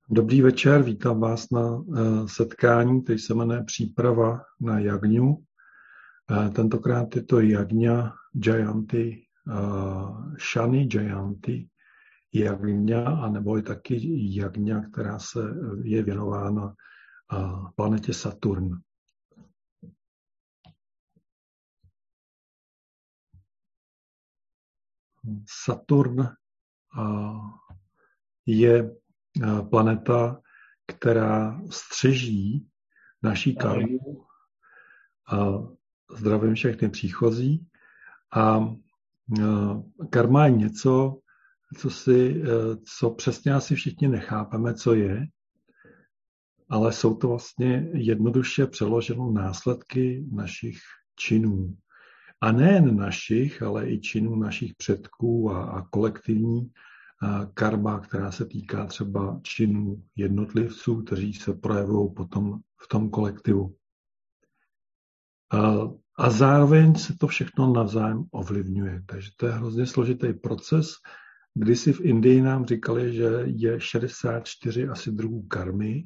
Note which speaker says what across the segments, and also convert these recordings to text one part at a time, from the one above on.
Speaker 1: Dobrý večer, vítám vás na setkání, které se jmenuje Příprava na jagňu. Tentokrát je to jagňa Jayanti, Shani Jayanti jagňa, anebo je taky jagňa, která je věnována planetě Saturn. Saturn je planeta, která střeží naší karmu. Zdravím všechny příchozí. A karma je něco, co přesně asi všichni nechápeme, co je, ale jsou to vlastně jednoduše přeloženo následky našich činů. A nejen našich, ale i činů našich předků a kolektivní karma, která se týká třeba činů jednotlivců, kteří se projevují potom v tom kolektivu. A zároveň se to všechno navzájem ovlivňuje. Takže to je hrozně složitý proces. Kdysi v Indii nám říkali, že je 64 asi druhů karmy,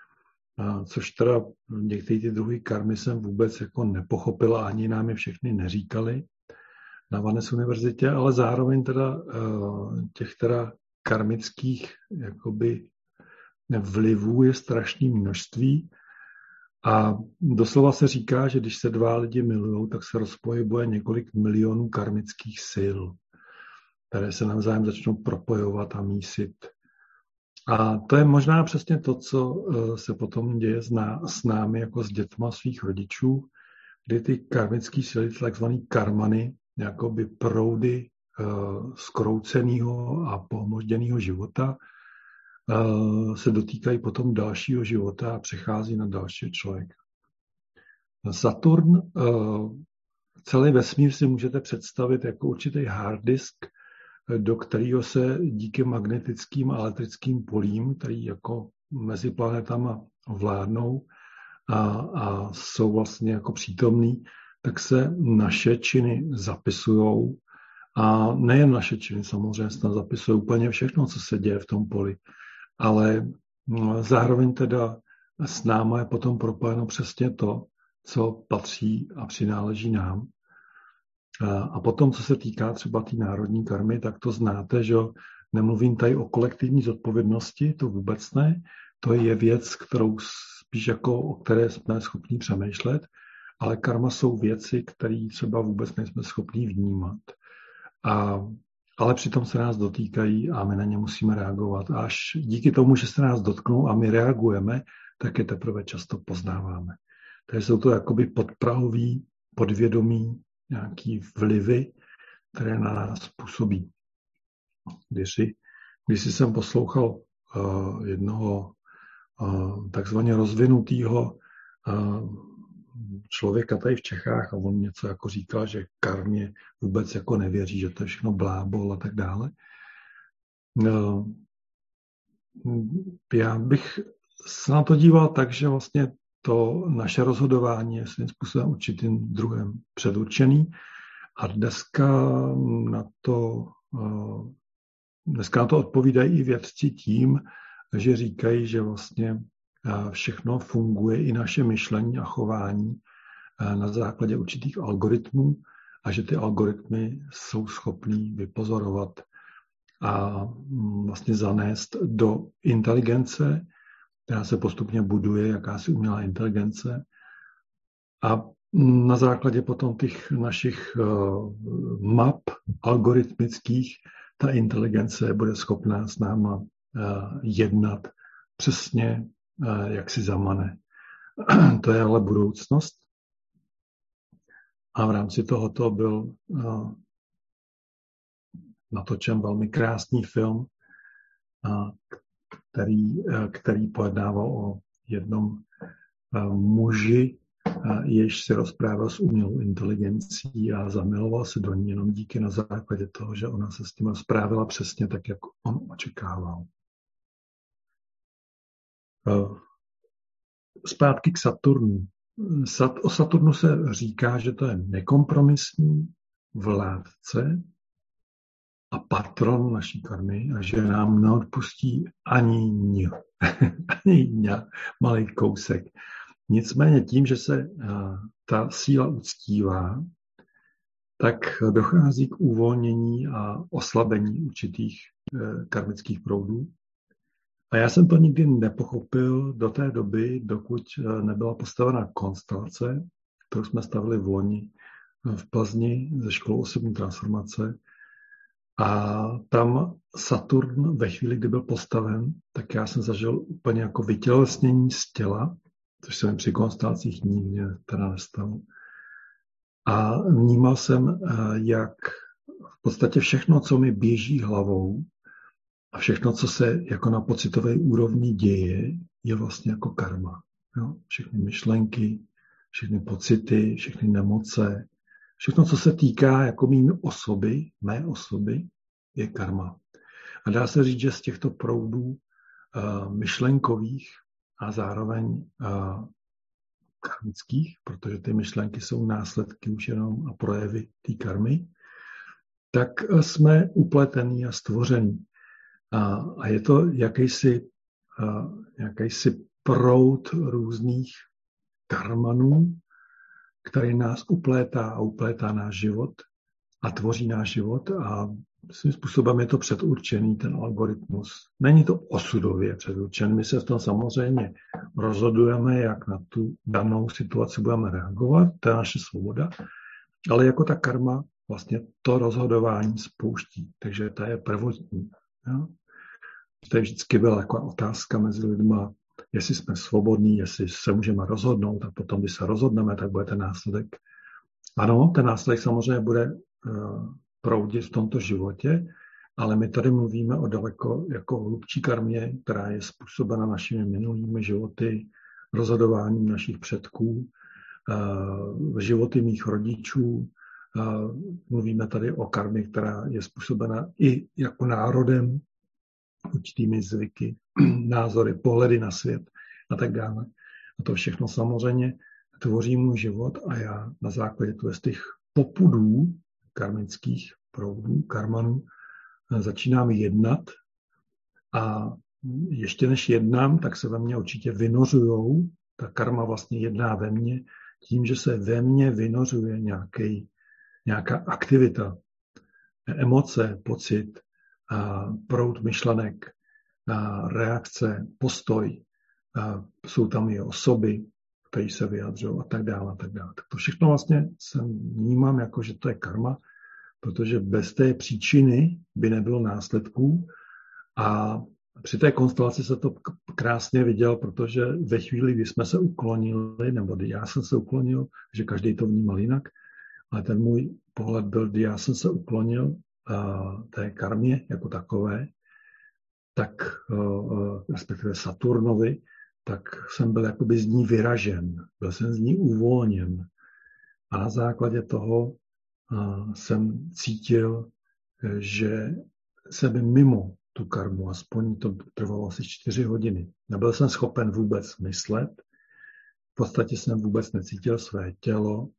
Speaker 1: což teda některé ty druhy karmy jsem vůbec jako nepochopil a ani nám je všechny neříkali na Vannes univerzitě, ale zároveň teda těch teda karmických jakoby vlivů je strašné množství. A doslova se říká, že když se dva lidi milují, tak se rozpohybuje několik milionů karmických sil, které se navzájem začnou propojovat a mísit. A to je možná přesně to, co se potom děje s námi jako s dětma svých rodičů, kdy ty karmické síly, takzvané karmany, jakoby proudy zkrouceného a pohmožděného života, se dotýkají potom dalšího života a přechází na dalšího člověka. Saturn, celý vesmír si můžete představit jako určitý hard disk, do kterého se díky magnetickým a elektrickým polím, který jako mezi planetama vládnou a jsou vlastně jako přítomný, tak se naše činy zapisujou. A nejen naše činy, samozřejmě se tam zapisuje úplně všechno, co se děje v tom poli. Ale zároveň teda s náma je potom propojeno přesně to, co patří a přináleží nám. A potom, co se týká třeba té národní karmy, tak to znáte, že nemluvím tady o kolektivní zodpovědnosti, to vůbec ne. To je věc, kterou spíš jako o které jsme schopni přemýšlet, ale karma jsou věci, které třeba vůbec nejsme schopni vnímat. Ale přitom se nás dotýkají a my na ně musíme reagovat. A až díky tomu, že se nás dotknou a my reagujeme, tak je teprve často poznáváme. Takže jsou to jakoby podprahový, podvědomí nějaký vlivy, které na nás působí. Když jsem poslouchal jednoho takzvaně rozvinutého člověka tady v Čechách a on něco jako říkal, že karmě vůbec jako nevěří, že to je všechno blábol a tak dále. Já bych se na to díval tak, že vlastně to naše rozhodování je svým způsobem určitým druhem předurčený a dneska na to odpovídají i vědci tím, že říkají, že vlastně všechno funguje, i naše myšlení a chování na základě určitých algoritmů a že ty algoritmy jsou schopný vypozorovat a vlastně zanést do inteligence, která se postupně buduje, jakási umělá inteligence. A na základě potom těch našich map algoritmických ta inteligence bude schopná s náma jednat přesně, jak si zamane. To je ale budoucnost. A v rámci tohoto byl natočen velmi krásný film, který pojednával o jednom muži, jež si rozprával s umělou inteligencí a zamiloval se do ní jenom díky na základě toho, že ona se s tím rozprávila přesně tak, jak on očekával. Zpátky k Saturnu. O Saturnu se říká, že to je nekompromisní vládce, a patron naší karmy a že nám neodpustí ani malý kousek. Nicméně tím, že se ta síla uctívá, tak dochází k uvolnění a oslabení určitých karmických proudů. A já jsem to nikdy nepochopil do té doby, dokud nebyla postavena konstelace, kterou jsme stavili v loni v Plzni ze školou osobní transformace. A tam Saturn ve chvíli, kdy byl postaven, tak já jsem zažil úplně jako vytělesnění z těla, což se mi při konstelacích nikdy teda nestalo. A vnímal jsem, jak v podstatě všechno, co mi běží hlavou a všechno, co se jako na pocitové úrovni děje, je vlastně jako karma. Jo? Všechny myšlenky, všechny pocity, všechny nemoce, všechno, co se týká jako mé osoby, je karma. A dá se říct, že z těchto proudů myšlenkových a zároveň karmických, protože ty myšlenky jsou následky už jenom a projevy té karmy, tak jsme upletení a stvoření. A je to jakýsi proud různých karmanů, který nás uplétá a uplétá náš život a tvoří náš život a svým způsobem je to předurčený, ten algoritmus. Není to osudově předurčený. My se v tom samozřejmě rozhodujeme, jak na tu danou situaci budeme reagovat, to je naše svoboda, ale jako ta karma vlastně to rozhodování spouští, takže to je prvotní. Jo? To vždycky byla taková otázka mezi lidma, jestli jsme svobodní, jestli se můžeme rozhodnout a potom, když se rozhodneme, tak bude ten následek. Ano, ten následek samozřejmě bude proudit v tomto životě, ale my tady mluvíme o daleko jako hlubší karmě, která je způsobena našimi minulými životy, rozhodováním našich předků, životy mých rodičů. Mluvíme tady o karmě, která je způsobena i jako národem, určitými zvyky, názory, pohledy na svět a tak dále. A to všechno samozřejmě tvoří můj život a já na základě těch popudů karmických proudů, karmanů, začínám jednat a ještě než jednám, tak se ve mně určitě vynořujou, ta karma vlastně jedná ve mně, tím, že se ve mně vynořuje nějaká aktivita, emoce, pocit, proud myšlenek, reakce, postoj, jsou tam i osoby, které se vyjadřují a tak dále. Tak to všechno vlastně vnímám jako, že to je karma, protože bez té příčiny by nebylo následků a při té konstelaci se to krásně viděl, protože ve chvíli, kdy jsme se uklonili, nebo kdy já jsem se uklonil, že každý to vnímal jinak, ale ten můj pohled byl, kdy já jsem se uklonil té karmě jako takové, tak respektive Saturnovi, tak jsem byl jakoby z ní vyražen, byl jsem z ní uvolněn. A na základě toho jsem cítil, že jsem mimo tu karmu, aspoň to trvalo asi 4 hodiny. Nebyl jsem schopen vůbec myslet, v podstatě jsem vůbec necítil své tělo.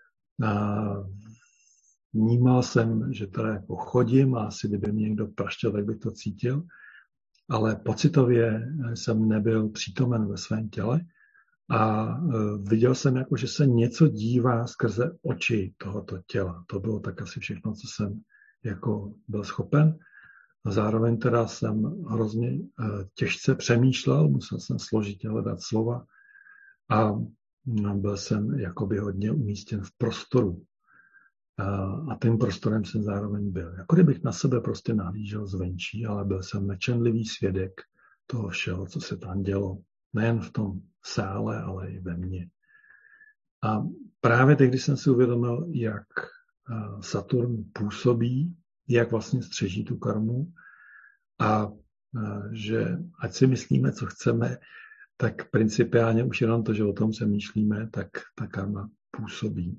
Speaker 1: Vnímal jsem, že tady jako chodím a asi kdyby mě někdo praštěl, tak bych to cítil, ale pocitově jsem nebyl přítomen ve svém těle a viděl jsem, jako, že se něco dívá skrze oči tohoto těla. To bylo tak asi všechno, co jsem jako byl schopen. A zároveň teda jsem hrozně těžce přemýšlel, musel jsem složitě hledat slova a byl jsem jakoby hodně umístěn v prostoru. A tím prostorem jsem zároveň byl. Jako kdybych na sebe prostě nahlížel zvenčí, ale byl jsem mlčenlivý svědek toho všeho, co se tam dělo. Nejen v tom sále, ale i ve mně. A právě teď, když jsem si uvědomil, jak Saturn působí, jak vlastně střeží tu karmu a že ať si myslíme, co chceme, tak principiálně už jenom to, že o tom se myšlíme, tak ta karma působí.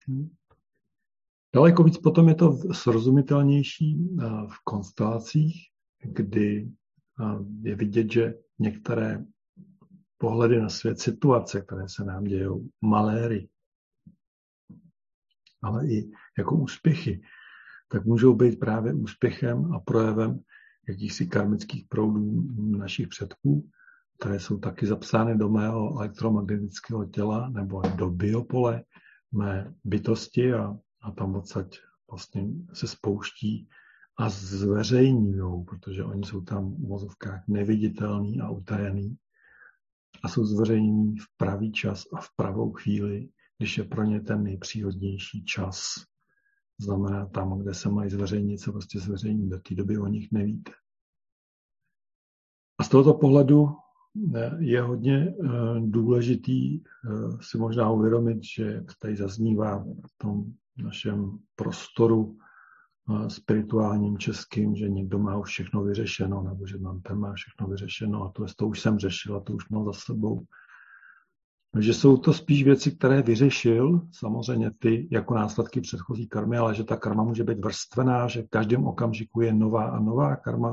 Speaker 1: Daleko víc potom je to srozumitelnější v konstelacích, kdy je vidět, že některé pohledy na svět, situace, které se nám dějou, maléry, ale i jako úspěchy, tak můžou být právě úspěchem a projevem jakýchsi karmických proudů našich předků, které jsou taky zapsány do mého elektromagnetického těla nebo do biopole mé bytosti a tam odsaď vlastně se spouští a zveřejňují, protože oni jsou tam v uvozovkách neviditelný a utajený a jsou zveřejnění v pravý čas a v pravou chvíli, když je pro ně ten nejpříhodnější čas. Znamená tam, kde se mají zveřejnit, se prostě zveřejní. Do té doby o nich nevíte. A z tohoto pohledu je hodně důležitý si možná uvědomit, že tady zaznívá v tom našem prostoru spirituálním českým, že někdo má už všechno vyřešeno, nebo že ten má všechno vyřešeno a to už jsem řešil a to už mám za sebou. Že jsou to spíš věci, které vyřešil, samozřejmě ty jako následky předchozí karmy, ale že ta karma může být vrstvená, že v každém okamžiku je nová a nová karma,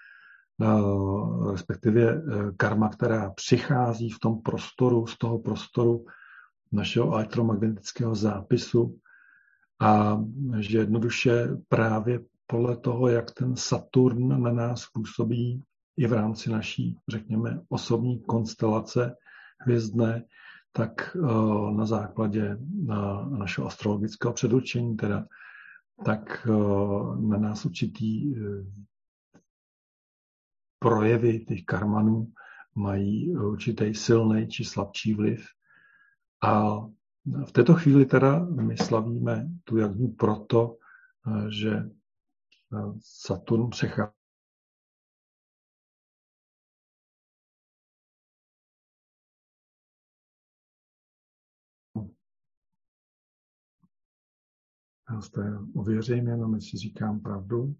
Speaker 1: respektive karma, která přichází v tom prostoru, z toho prostoru našeho elektromagnetického zápisu a že jednoduše právě podle toho, jak ten Saturn na nás působí i v rámci naší, řekněme, osobní konstelace hvězdné, tak na základě našeho astrologického předurčení teda, tak na nás určitý projevy těch karmanů mají určitý silný či slabší vliv. A v této chvíli teda my slavíme tu jagnu proto, že Saturn přechází ověřím jenom, jestli říkám pravdu.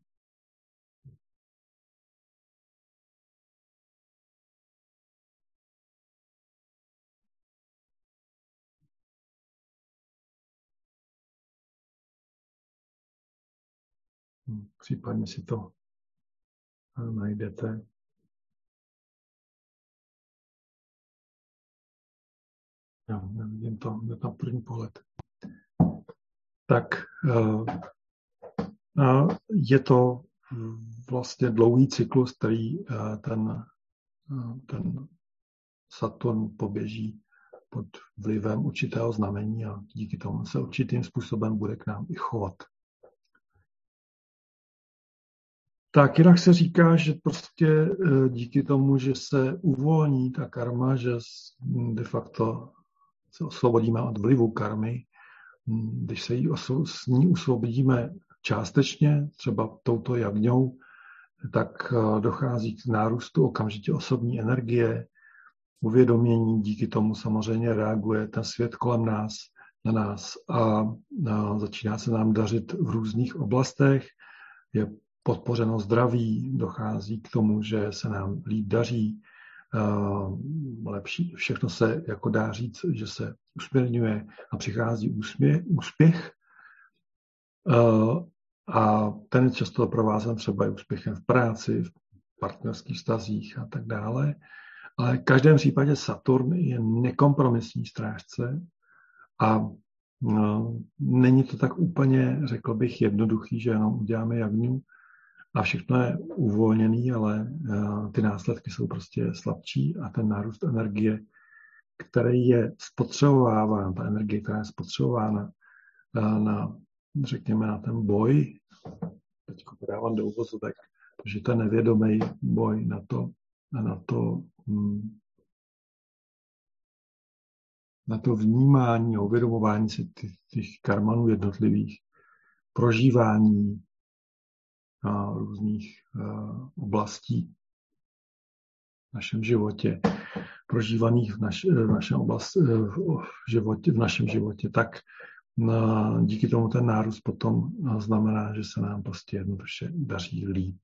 Speaker 1: Případně si to najdete. Já nevidím to na první pohled. Tak je to vlastně dlouhý cyklus, který ten Saturn poběží pod vlivem určitého znamení a díky tomu se určitým způsobem bude k nám i chovat. Tak jinak se říká, že prostě díky tomu, že se uvolní ta karma, že de facto se osvobodíme od vlivu karmy, když se s ní usvobodíme částečně, třeba touto jagňou, tak dochází k nárůstu okamžitě osobní energie, uvědomění, díky tomu samozřejmě reaguje ten svět kolem nás, na nás a začíná se nám dařit v různých oblastech, je podpořeno zdraví, dochází k tomu, že se nám líp daří, lepší, všechno se jako dá říct, že se usměrňuje a přichází úspěch a ten je často provázen třeba i úspěchem v práci, v partnerských vztazích a tak dále. Ale v každém případě Saturn je nekompromisní strážce a není to tak úplně, řekl bych, jednoduchý, že jenom uděláme jagňu a všechno je uvolněný, ale ty následky jsou prostě slabší a ten nárůst energie, který je spotřebováván, ta energie, která je spotřebována řekněme, na ten boj, teď podávám do uvozovek, že to je nevědomý boj na to vnímání a uvědomování si těch karmanů jednotlivých, prožívání různých oblastí v našem životě, prožívaných v našem životě, tak díky tomu ten nárůst potom znamená, že se nám prostě jednoduše daří líp.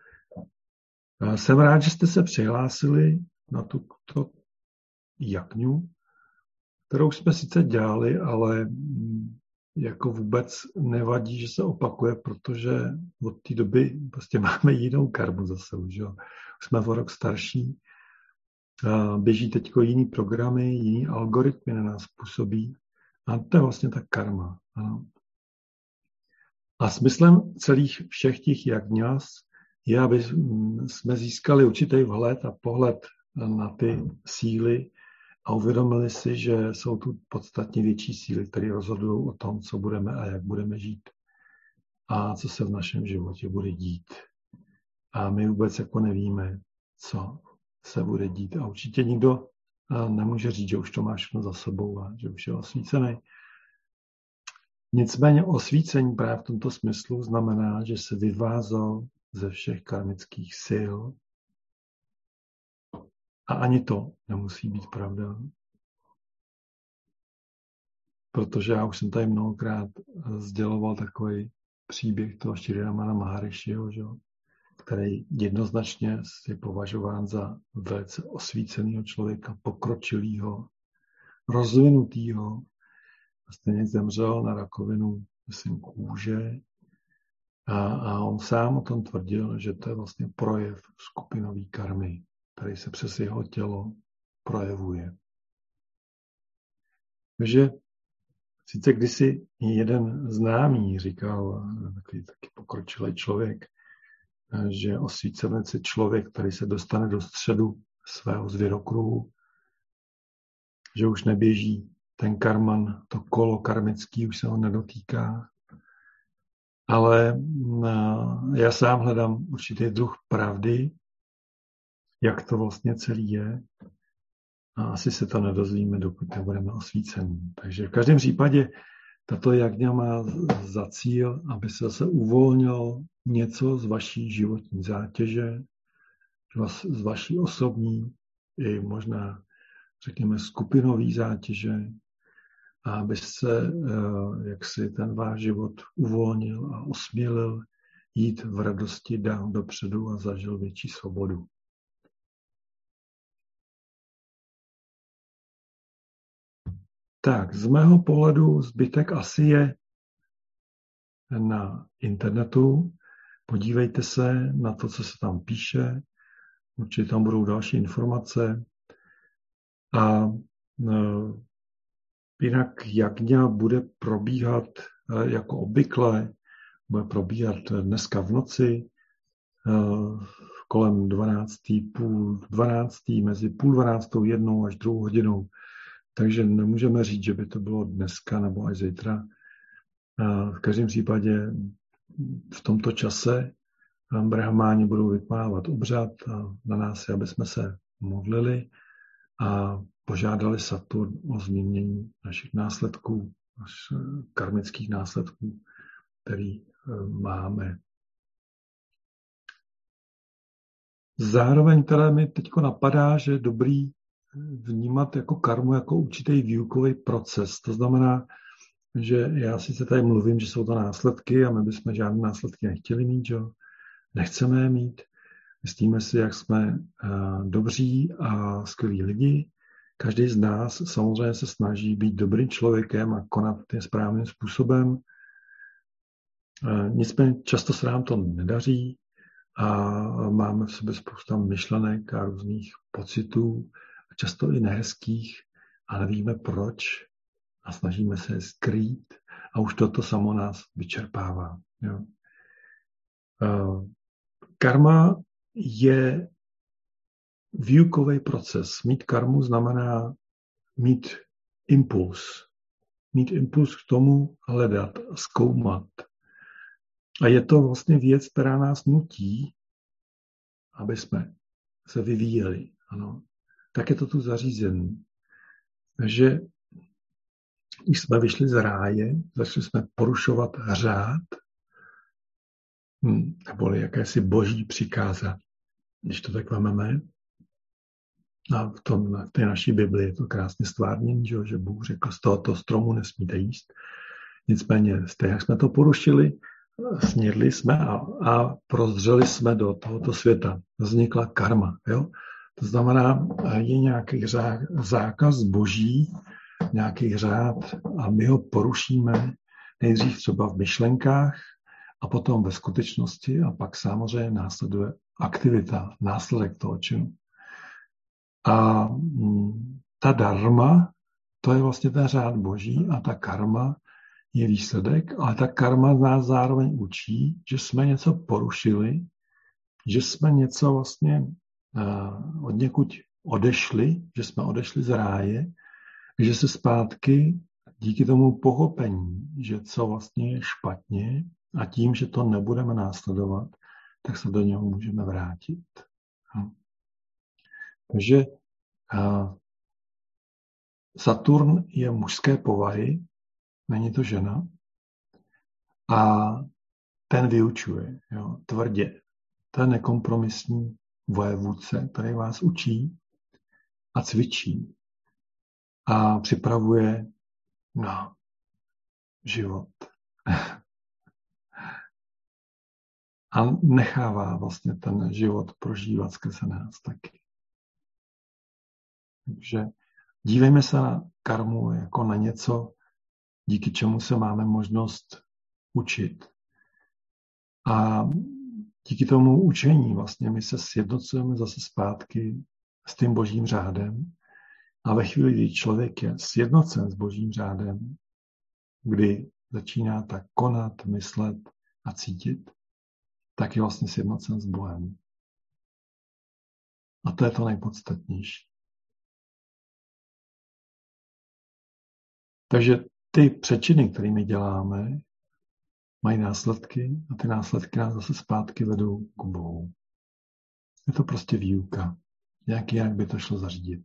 Speaker 1: Jsem rád, že jste se přihlásili na tuto jagňu, kterou jsme sice dělali, ale jako vůbec nevadí, že se opakuje, protože od té doby prostě máme jinou karmu zase už. Jsme o rok starší, běží teď jiný programy, jiný algoritmy na nás působí a to je vlastně ta karma. Ano. A smyslem celých všech těch jagňas je, aby jsme získali určitý vhled a pohled na ty síly a uvědomili si, že jsou tu podstatně větší síly, které rozhodují o tom, co budeme a jak budeme žít a co se v našem životě bude dít. A my vůbec jako nevíme, co se bude dít. A určitě nikdo nemůže říct, že už to má všechno za sebou a že už je osvícený. Nicméně osvícení právě v tomto smyslu znamená, že se vyvázal ze všech karmických sil. A ani to nemusí být pravda. Protože já už jsem tady mnohokrát sděloval takový příběh toho Šrí Ramana Maharishiho, který jednoznačně je považován za velice osvíceného člověka, pokročilého, rozvinutého. Stejně zemřel na rakovinu, myslím, kůže. A on sám o tom tvrdil, že to je vlastně projev skupinové karmy, který se přes jeho tělo projevuje. Takže sice kdysi jeden známý říkal, takový taky pokročilý člověk, že osvícenec je člověk, který se dostane do středu svého zvěrokruhu, že už neběží ten karman, to kolo karmický už se ho nedotýká. Ale já sám hledám určitý druh pravdy, jak to vlastně celý je. A asi se to nedozvíme, dokud nebudeme osvícení. Takže v každém případě tato jagňa má za cíl, aby se zase uvolnil něco z vaší životní zátěže, z vaší osobní i možná, řekněme, skupinové zátěže, a aby se jaksi ten váš život uvolnil a osmělil jít v radosti dál dopředu a zažil větší svobodu. Tak, z mého pohledu zbytek asi je na internetu. Podívejte se na to, co se tam píše. Určitě tam budou další informace. A jinak jagňa bude probíhat jako obvykle. Bude probíhat dneska v noci kolem 12. mezi půl 12. 1 až 2 hodinou. Takže nemůžeme říct, že by to bylo dneska nebo až zítra. V každém případě v tomto čase brahmáni budou vykonávat obřad na nás, aby jsme se modlili a požádali Saturn o změnění našich následků, karmických následků, který máme. Zároveň teda mi teď napadá, že je dobrý vnímat jako karmu jako určitý výukový proces. To znamená, že já sice tady mluvím, že jsou to následky a my bychom žádné následky nechtěli mít, že? Nechceme je mít. Myslíme si, jak jsme dobří a skvělí lidi. Každý z nás samozřejmě se snaží být dobrým člověkem a konat tím správným způsobem. Nicméně často se nám to nedaří a máme v sobě spousta myšlenek a různých pocitů, často i nehezkých, a nevíme proč a snažíme se je skrýt a už toto samo nás vyčerpává. Jo. Karma je výukový proces. Mít karmu znamená mít impuls. Mít impuls k tomu hledat, zkoumat. A je to vlastně věc, která nás nutí, aby jsme se vyvíjeli. Ano. Tak je to tu zařízený. Takže když jsme vyšli z ráje, začali jsme porušovat řád, neboli jakési boží přikázání. Když to tak vememe, a v té naší Bibli je to krásně stvárnění, že Bůh řekl, z tohoto stromu nesmíte jíst. Nicméně, stejně jak jsme to porušili, snědli jsme a prozřeli jsme do tohoto světa. Vznikla karma. Jo? To znamená, je nějaký zákaz boží, nějaký řád a my ho porušíme nejdřív třeba v myšlenkách a potom ve skutečnosti a pak samozřejmě následuje aktivita, následek toho činu. A ta dharma, to je vlastně ten řád boží a ta karma je výsledek, ale ta karma nás zároveň učí, že jsme něco porušili, že jsme něco vlastně od někud odešli, že jsme odešli z ráje, že se zpátky díky tomu pochopení, že co vlastně je špatně a tím, že to nebudeme následovat, tak se do něho můžeme vrátit. Takže Saturn je mužské povahy, není to žena, a ten vyučuje, jo, tvrdě. To je nekompromisní vojevůdce, který vás učí a cvičí a připravuje na život. A nechává vlastně ten život prožívat skrze nás taky. Takže dívejme se na karmu jako na něco, díky čemu se máme možnost učit. A díky tomu učení vlastně my se sjednocujeme zase zpátky s tím božím řádem. A ve chvíli, kdy člověk je sjednocen s božím řádem, kdy začíná tak konat, myslet a cítit, tak je vlastně sjednocen s Bohem. A to je to nejpodstatnější. Takže ty přečiny, které my děláme, mají následky a ty následky nás zase zpátky vedou k Bohu. Je to prostě výuka. Jak by to šlo zařídit.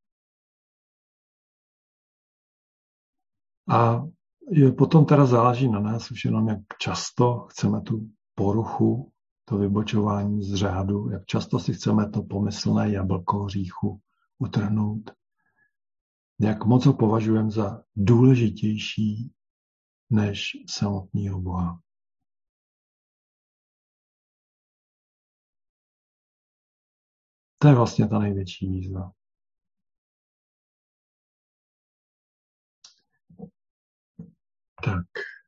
Speaker 1: A potom teda záleží na nás už jenom, jak často chceme tu poruchu, to vybočování z řádu, jak často si chceme to pomyslné jablko hříchu utrhnout, jak moc ho považujeme za důležitější než samotného Boha. To je vlastně ta největší výzva. Tak,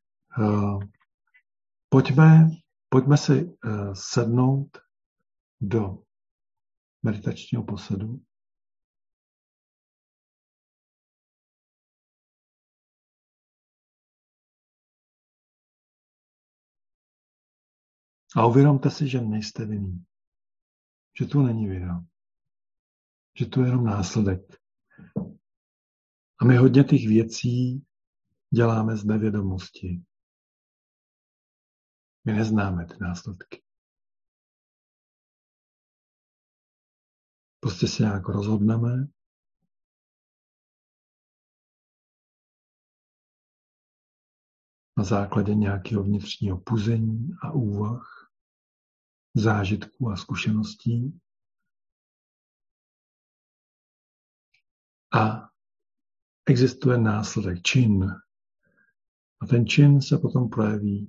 Speaker 1: pojďme si sednout do meditačního posedu. A uvědomte si, že nejste vinný. Že tu není vina. Že tu je jenom následek. A my hodně těch věcí děláme z nevědomosti. My neznáme ty následky. Prostě se nějak rozhodneme na základě nějakého vnitřního puzení a úvah, zážitků a zkušeností. A existuje následek, čin. A ten čin se potom projeví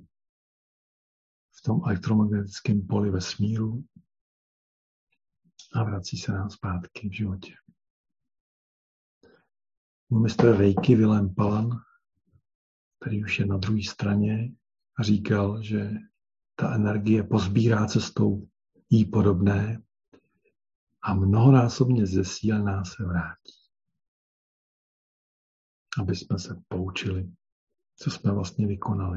Speaker 1: v tom elektromagnetickém poli vesmíru a vrací se nám zpátky v životě. Mistr Reiki Vilém Palan, který už je na druhé straně, říkal, že ta energie pozbírá cestou jí podobné a mnohonásobně zesílená se vrátí. Aby jsme se poučili, co jsme vlastně vykonali.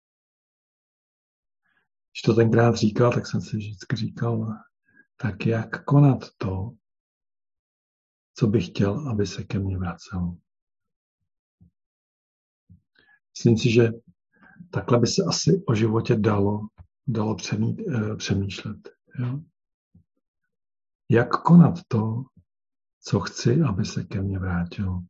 Speaker 1: Když to tenkrát říkal, tak jsem si vždycky říkal, tak jak konat to, co bych chtěl, aby se ke mně vracelo. Myslím si, že takhle by se asi o životě dalo přemýšlet. Jo? Jak konat to, co chci, aby se ke mně vrátilo.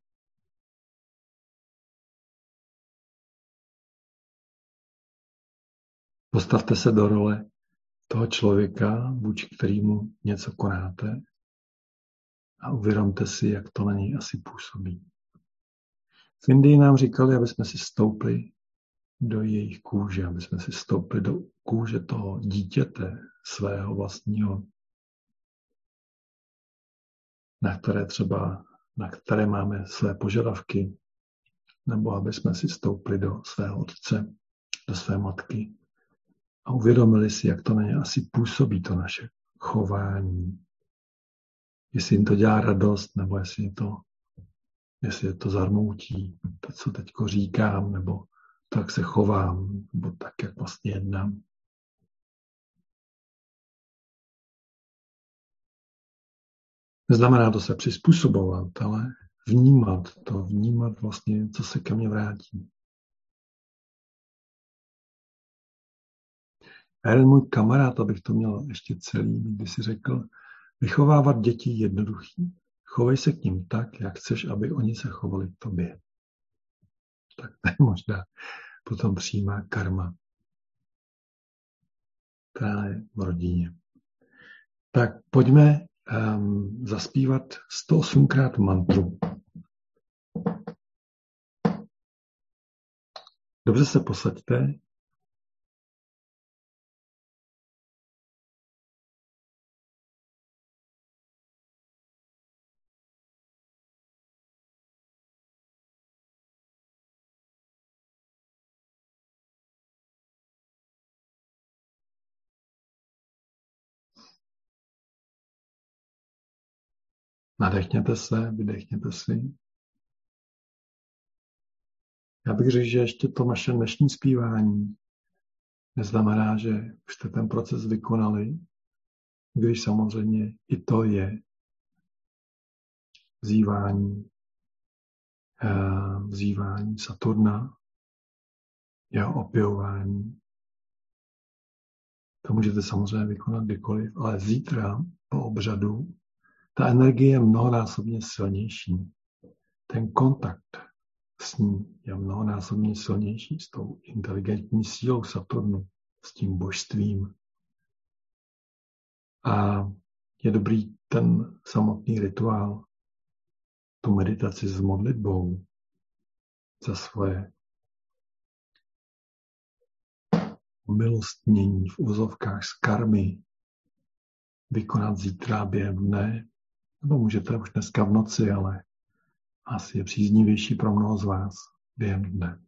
Speaker 1: Postavte se do role toho člověka, vůči kterému něco konáte a uvědomte si, jak to na něj asi působí. V Indii nám říkali, aby jsme si stoupli do jejich kůže, aby jsme si stoupli do kůže toho dítěte svého vlastního, na které máme své požadavky, nebo aby jsme si stoupli do svého otce, do své matky a uvědomili si, jak to na ně asi působí to naše chování. Jestli jim to dělá radost, nebo jestli jim to jestli je to zarmoutí, to, co teďko říkám, nebo tak se chovám, nebo tak, jak vlastně jednám. Neznamená to se přizpůsobovat, ale vnímat vlastně, co se ke mně vrátí. A jeden můj kamarád, abych to měl ještě celý, když si řekl, vychovávat děti jednoduchý. Chovej se k ním tak, jak chceš, aby oni se chovali k tobě. Tak to je možná potom přímá karma, která je v rodině. Tak pojďme zaspívat 108krát mantru. Dobře se posaďte. Nadechněte se, vydechněte si. Já bych řekl, že ještě to naše dnešní zpívání neznamená, že už jste ten proces vykonali, když samozřejmě i to je vzývání Saturna, jeho opěvování. To můžete samozřejmě vykonat kdykoliv, ale zítra po obřadu ta energie je mnohonásobně silnější. Ten kontakt s ní je mnohonásobně silnější s tou inteligentní sílou Saturnu, s tím božstvím. A je dobrý ten samotný rituál, tu meditaci s modlitbou za svoje milostnění v úzovkách z karmy vykonat zítra během dne, nebo můžete už dneska v noci, ale asi je příznivější pro mnoho z vás během dne.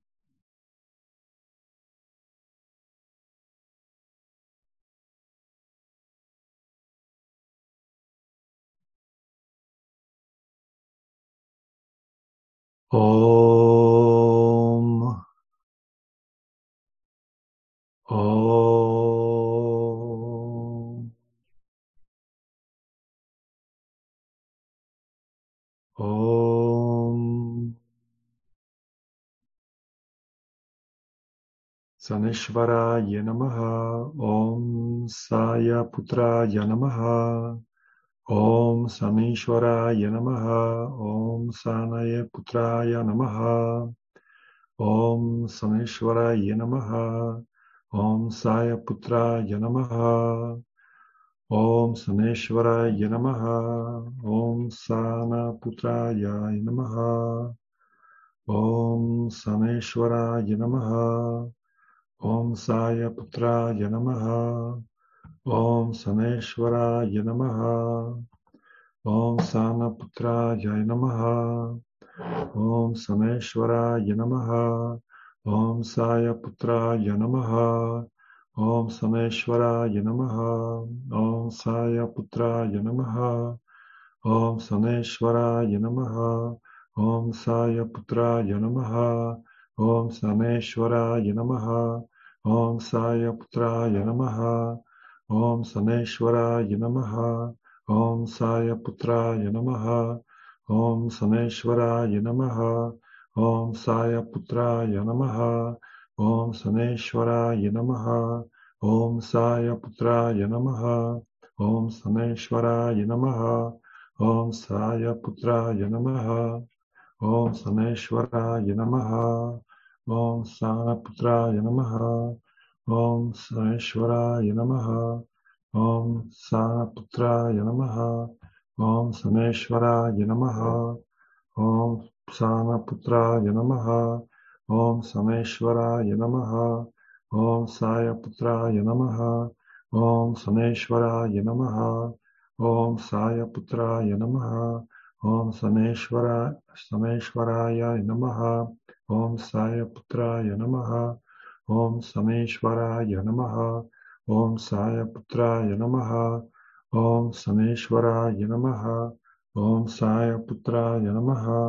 Speaker 1: Om. Om. Om. Saneshvaraya namaha. Om Saya Putraya namaha. Om Saneshvaraya namaha. Om Sanaye Putraya namaha. Om Saneshvaraya namaha. Om Saya Putraya namaha. Om Saneshvaraya namaha. Om Sana Putraya namaha. Om Saneshvaraya namaha. Om Saya Putraya namaha. Om Saneshvaraya namaha. Om Sana Putraya namaha. Om Saneshvaraya namaha. Om Saya Putraya namaha. Om Saneshvaraya namaha. Om Saya Putraya namaha. Om Saneshvaraya namaha. Om Saya Putraya namaha. Om Saneshvaraya namaha. Om Saya Putraya namaha. Om Saneshvaraya namaha. Om Saya Putraya namaha. Om Saneshvaraya namaha. Om Saya Putraya namaha. Om Saneshvaraya namaha. Om Saya Putraya namaha. Om Saneshvaraya namaha. Om Saya Putraya namaha. Om Saneshvaraya namaha. Om Sana Putraya namaha. Om Saneshvaraya namaha. Om Sana Putraya namaha. Om Saneshvaraya namaha. Om Sana Putraya namaha. Om Saneshvaraya namaha. Om Saya Putraya namaha. Om Saneshvaraya namaha. Om Saya Putraya namaha. Om Saneshvaraya namaha. Om Saya Putraya namaha. Om Saneshvaraya namaha. Om Saya Putraya namaha. Om Saneshvaraya namaha. Om Saya Putraya namaha.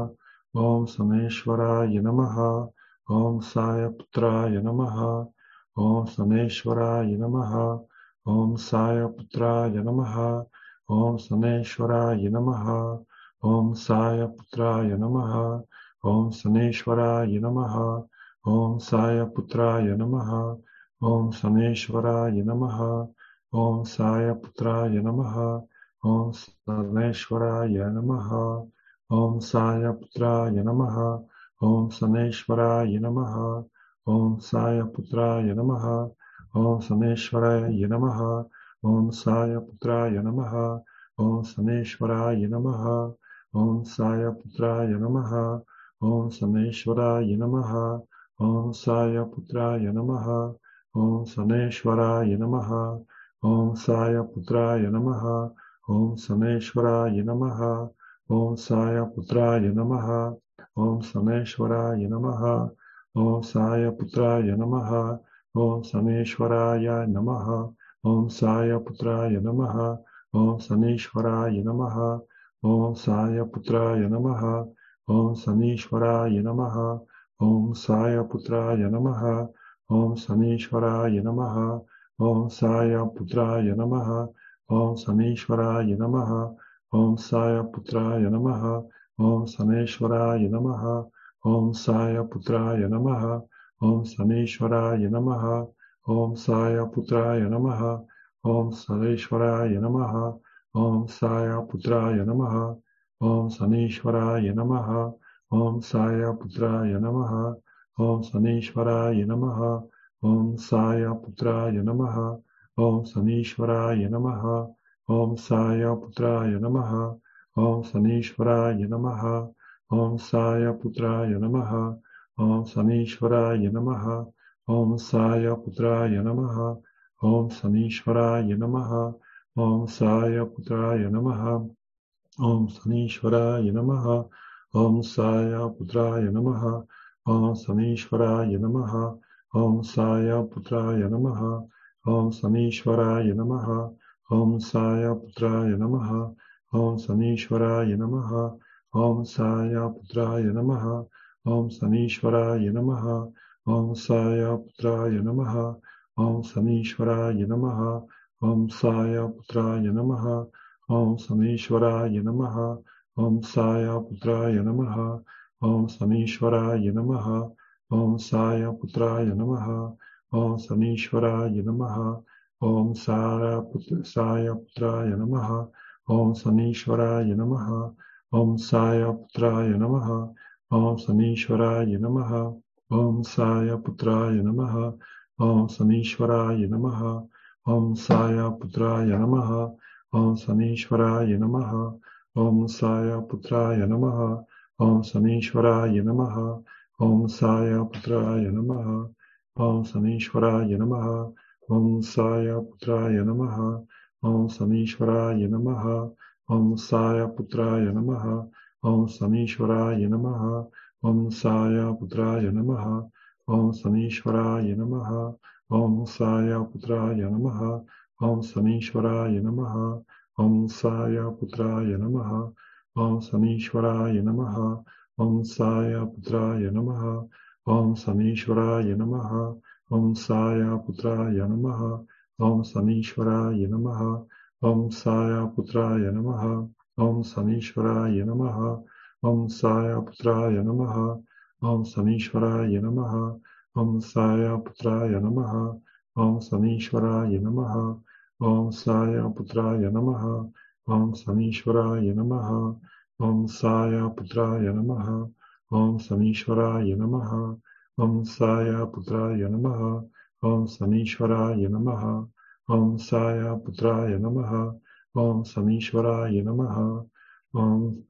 Speaker 1: Om Saneshwaraya Namaha. Om Sayaputraya Namaha. Om Saneshwaraya Namaha. Om Sayaputraya Namaha. Om Saneshwaraya Namaha. Om Sayaputraya Namaha. Om Saneshwaraya Namaha. Om Sayaputraya Namaha. Om Saneshwaraya Namaha. Om Sayaputraya Namaha. Om Saneshwaraya Namaha. Om Sayaputraya Namaha. Om Saneshwaraya Namaha. Om Sayaputraya Namaha. Om Saneshwaraya Namaha. Om Sayaputraya Namaha. Om Saneshwaraya Namaha. Om Sayaputraya Namaha. Om Saneshwaraya Namaha. Om Sayaputraya Namaha. Om Saneshwaraya Namaha. Om Sayaputraya Namaha. Om Saneshwaraya Namaha. Om Sayaputraya Namaha. Om Saneshwaraya Namaha. Om Sayaputraya Namaha. Om Saneshwaraya Namaha. Om Sayaputraya Namaha. Om Saneshwaraya Namaha. Om Sayaputraya Namaha. Om Saneshwaraya Namaha. Om Sayaputraya Namaha. Om Saneshwaraya Namaha. Om Sayaputraya Namaha. Om Saneshwaraya Namaha. Om Sayaputraya Namaha. Om Saneshwaraya Namaha. Om Sayaputraya Namaha. Om Saneshwaraya Namaha. Om Sayaputraya Namaha. Om Saneshwaraya Namaha. Om Sayaputraya Namaha. Om Saneshwaraya Namaha. Om Sayaputraya Namaha. Om Saneshwaraya Namaha. Om Sayaputraya Namaha. Om Saneshwaraya Namaha. Om Sayaputraya Namaha. Om Saneshwaraya Namaha. Om Sayaputraya Namaha. Om Saneshwaraya Namaha. Om Sayaputraya Namaha. Om Saneshwaraya Namaha. Om Sayaputraya Namaha. Om Saneshwaraya Namaha. Om Sayaputraya Namaha. Om Saneshwaraya Namaha. Om Sayaputraya Namaha. Om Saneshwaraya Namaha. Om Sayaputraya Namaha. Om Saneshwaraya Namaha. Om Sayaputraya Namaha. Om Saneshwaraya Namaha. Om Sayaputraya Namaha. Om Saneshwaraya Namaha. Om Sayaputraya Namaha. Om Saneshwaraya Namaha. Om Sayaputraya Namaha. Om Saneshwaraya Namaha. Om Sayaputraya Namaha. Om Saneshwaraya Namaha. Om Sayaputraya Namaha. Om Saneshwaraya Namaha. Om Sayaputraya Namaha. Om Saneshwaraya Namaha. Om Sayaputraya Namaha. Om Saneshwaraya Namaha. Om Sayaputraya Namaha. Om Saneshwaraya Namaha. Om Sayaputraya Namaha. Om Saneshwaraya Namaha. Om Sayaputraya Namaha. Om Saneshwaraya Namaha. Om Sayaputraya Namaha. Om Saneshwaraya Namaha. Om Sayaputraya Namaha. Om Saneshwaraya Namaha. Om Sayaputraya Namaha. Om Saneshwaraya Namaha. Om Sayaputraya Namaha. Om Saneshwaraya Namaha. Om Sayaputraya Namaha. Om Saneshwaraya Namaha. Om Sayaputraya Namaha. Om Saneshwaraya Namaha. Om Sayaputraya Namaha. Om Saneshwaraya Namaha. Om Sayaputraya Namaha. Om Saneshwaraya Namaha. Om Sayaputraya Namaha. Om Saneshwaraya Namaha. Om Sayaputraya Namaha. Om Saneshwaraya Namaha. Om Sayaputraya Namaha. Om Saneshwaraya Namaha. Om Sayaputraya Namaha. Om Saneshwaraya Namaha. Om Sayaputraya Namaha. Om Saneshwaraya Namaha. Om Sayaputraya Namaha. Om Saneshwaraya Namaha. Om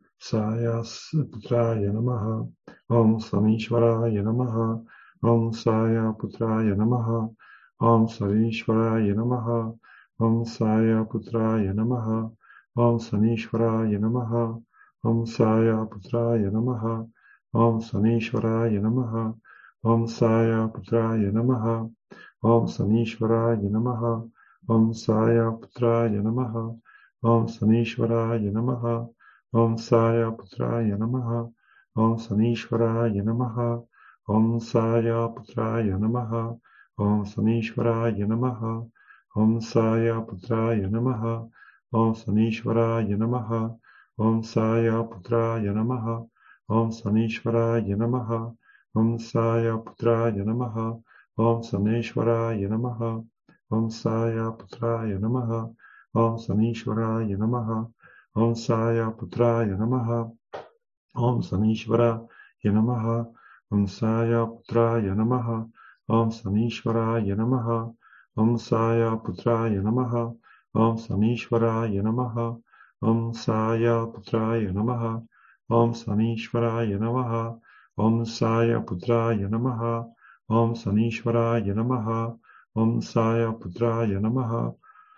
Speaker 1: Sayaputraya Namaha. Om Saneshwaraya Namaha. Om Sayaputraya Namaha. Om Saneshwaraya Namaha. Om Sayaputraya Namaha. Om Saneshwaraya Namaha. Om Sayaputraya Namaha. Om Saneshwaraya Namaha. Om Sayaputraya Namaha. Om Saneshwaraya Namaha. Om Sayaputraya Namaha. Om Saneshwaraya Namaha. Om Sayaputraya Namaha. Om Sanishwaraya Namaha, Om Saya Putraya Namaha, Om Sanishwaraya Namaha, Om Saya Putraya Namaha, Om Sanishwaraya Namaha, Om Saya Putraya Namaha, Om Sanishwaraya Namaha, Om Saya Putraya Namaha, Om Sanishwaraya Namaha, Om Saya Putraya Namaha, Om Sanishwaraya Namaha, Om Saya Putraya Namaha, Om Sanishvara Yanamaha, Om Saya Putra Yanamaha, Om Sanishvara Yanamaha, Om Saya Putra Yanamaha, Om Sanishvara Yanamaha, Om Saya Putra Yanamaha, Om Sanishvara Yanamaha, Om Saya Putra Yanamaha, Om Sanishvara Yanamaha, Om Saya Putra Yanamaha,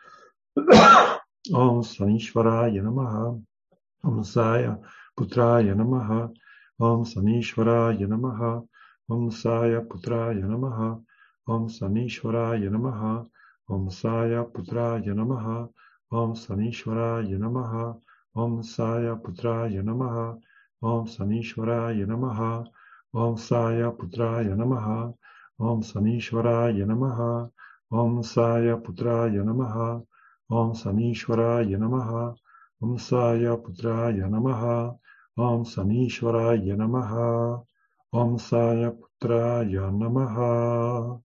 Speaker 1: Om Sanishvara Yanamaha, Om Saya Putraya Namaha, Om Sanishwaraya Namaha, Om Saya Putraya Namaha, Om Sanishwaraya Namaha, Om Saya Putraya Namaha, Om Sanishwaraya Namaha, Om Saya Putraya Namaha, Om Sanishwaraya Namaha, Om Saya Putraya Namaha, Om Sanishwaraya Namaha, Om Saya Putraya Namaha, Om Sanishwaraya Namaha, Om Saya Putraya Namaha, Om Sanishwaraya Namaha, Om Saya Putraya Namaha,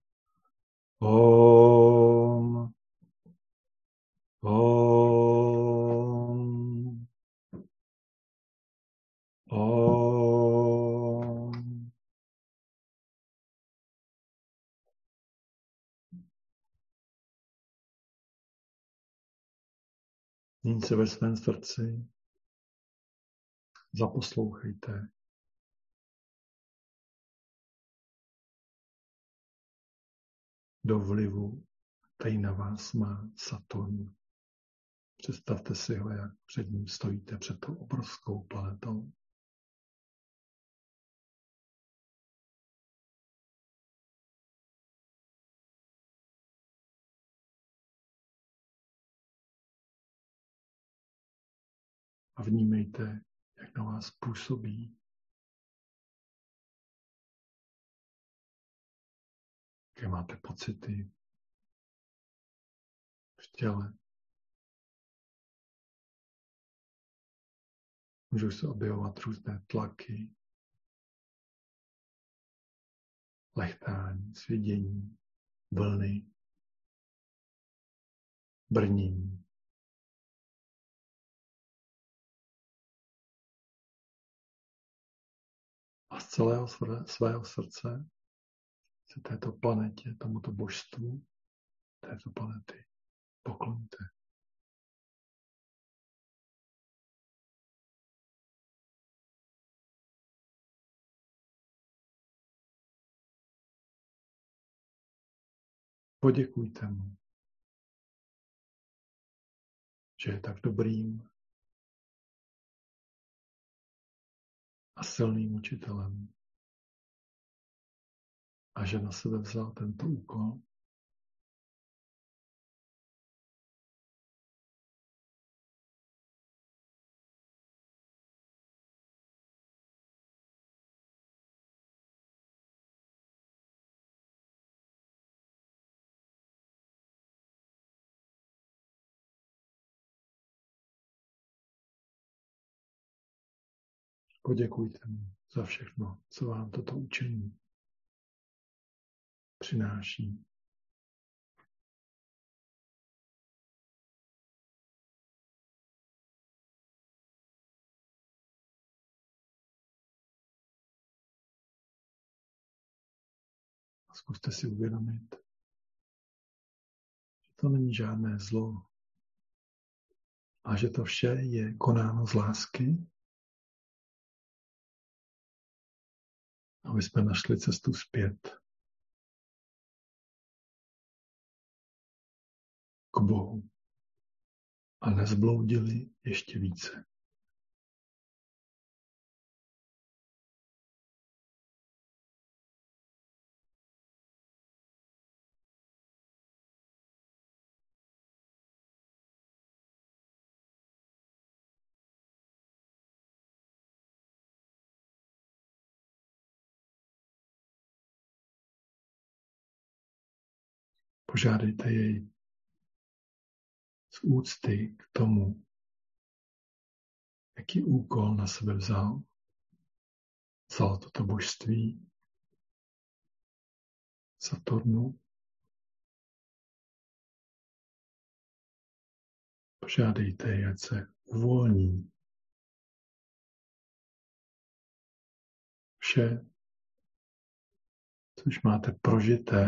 Speaker 1: Om, Om, Om. Nyní se ve svém srdci zaposlouchejte do vlivu, který na vás má Saturn. Představte si ho, jak před ním stojíte, před tou obrovskou planetou. A vnímejte, jak na vás působí. Jaké máte pocity v těle. Můžou se objevovat různé tlaky, lechtání, svědění, vlny, brnění. A z celého svého srdce se této planetě, tomuto božstvu této planety pokloníte. Poděkujte mu, že je tak dobrým a silným učitelem a že na sebe vzal tento úkol. Poděkujte mu za všechno, co vám toto učení přináší. A zkuste si uvědomit, že to není žádné zlo a že to vše je konáno z lásky, aby jsme našli cestu zpět k Bohu a nezbloudili ještě více. Požádejte jej z úcty k tomu, jaký úkol na sebe vzal toto božství Saturnu. Požádejte jej, ať se uvolní vše, co už máte prožité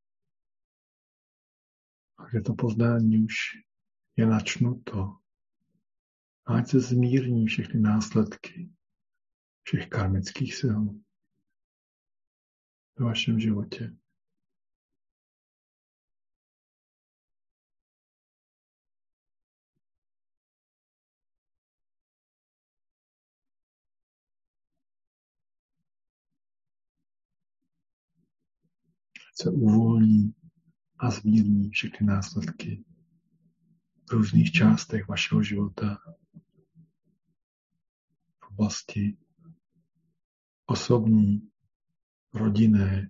Speaker 1: a kde to poznání už je načnuto. A ať se zmírní všechny následky všech karmických sil ve vašem životě. Ať se uvolní a zmírní všechny následky v různých částech vašeho života v oblasti osobní, rodinné,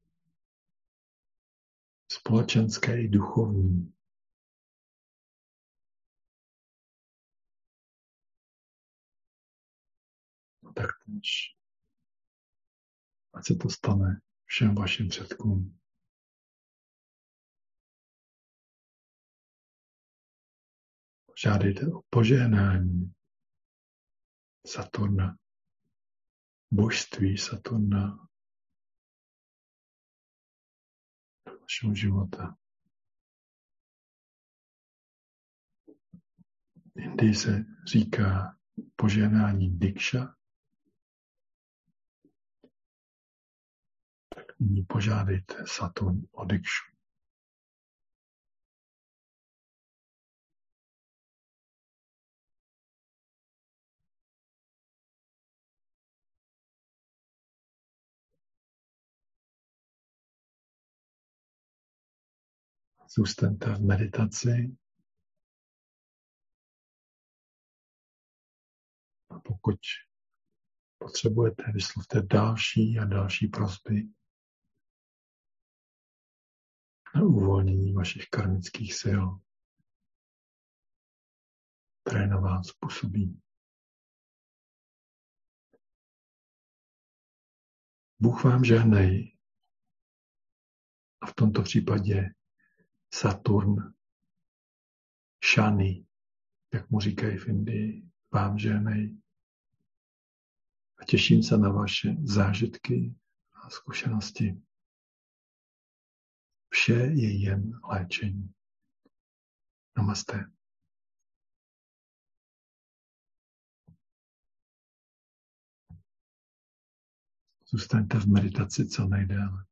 Speaker 1: společenské i duchovní. Taktéž ať se to stane všem vašim předkům. Žádejte o požehnání Saturna, božství Saturna do vašeho života. V Indii se říká požehnání Diksha. Tak nyní požádejte Saturn o Dikshu. Zůstaňte v meditaci. A pokud potřebujete, vyslovte další a další prosby na uvolnění vašich karmických sil, které na vás působí. Bůh vám žehnej a v tomto případě Saturn, Shani, jak mu říkají v Indii, vám žehnej. A těším se na vaše zážitky a zkušenosti. Vše je jen léčení. Namaste. Zůstaňte v meditaci co nejdéle.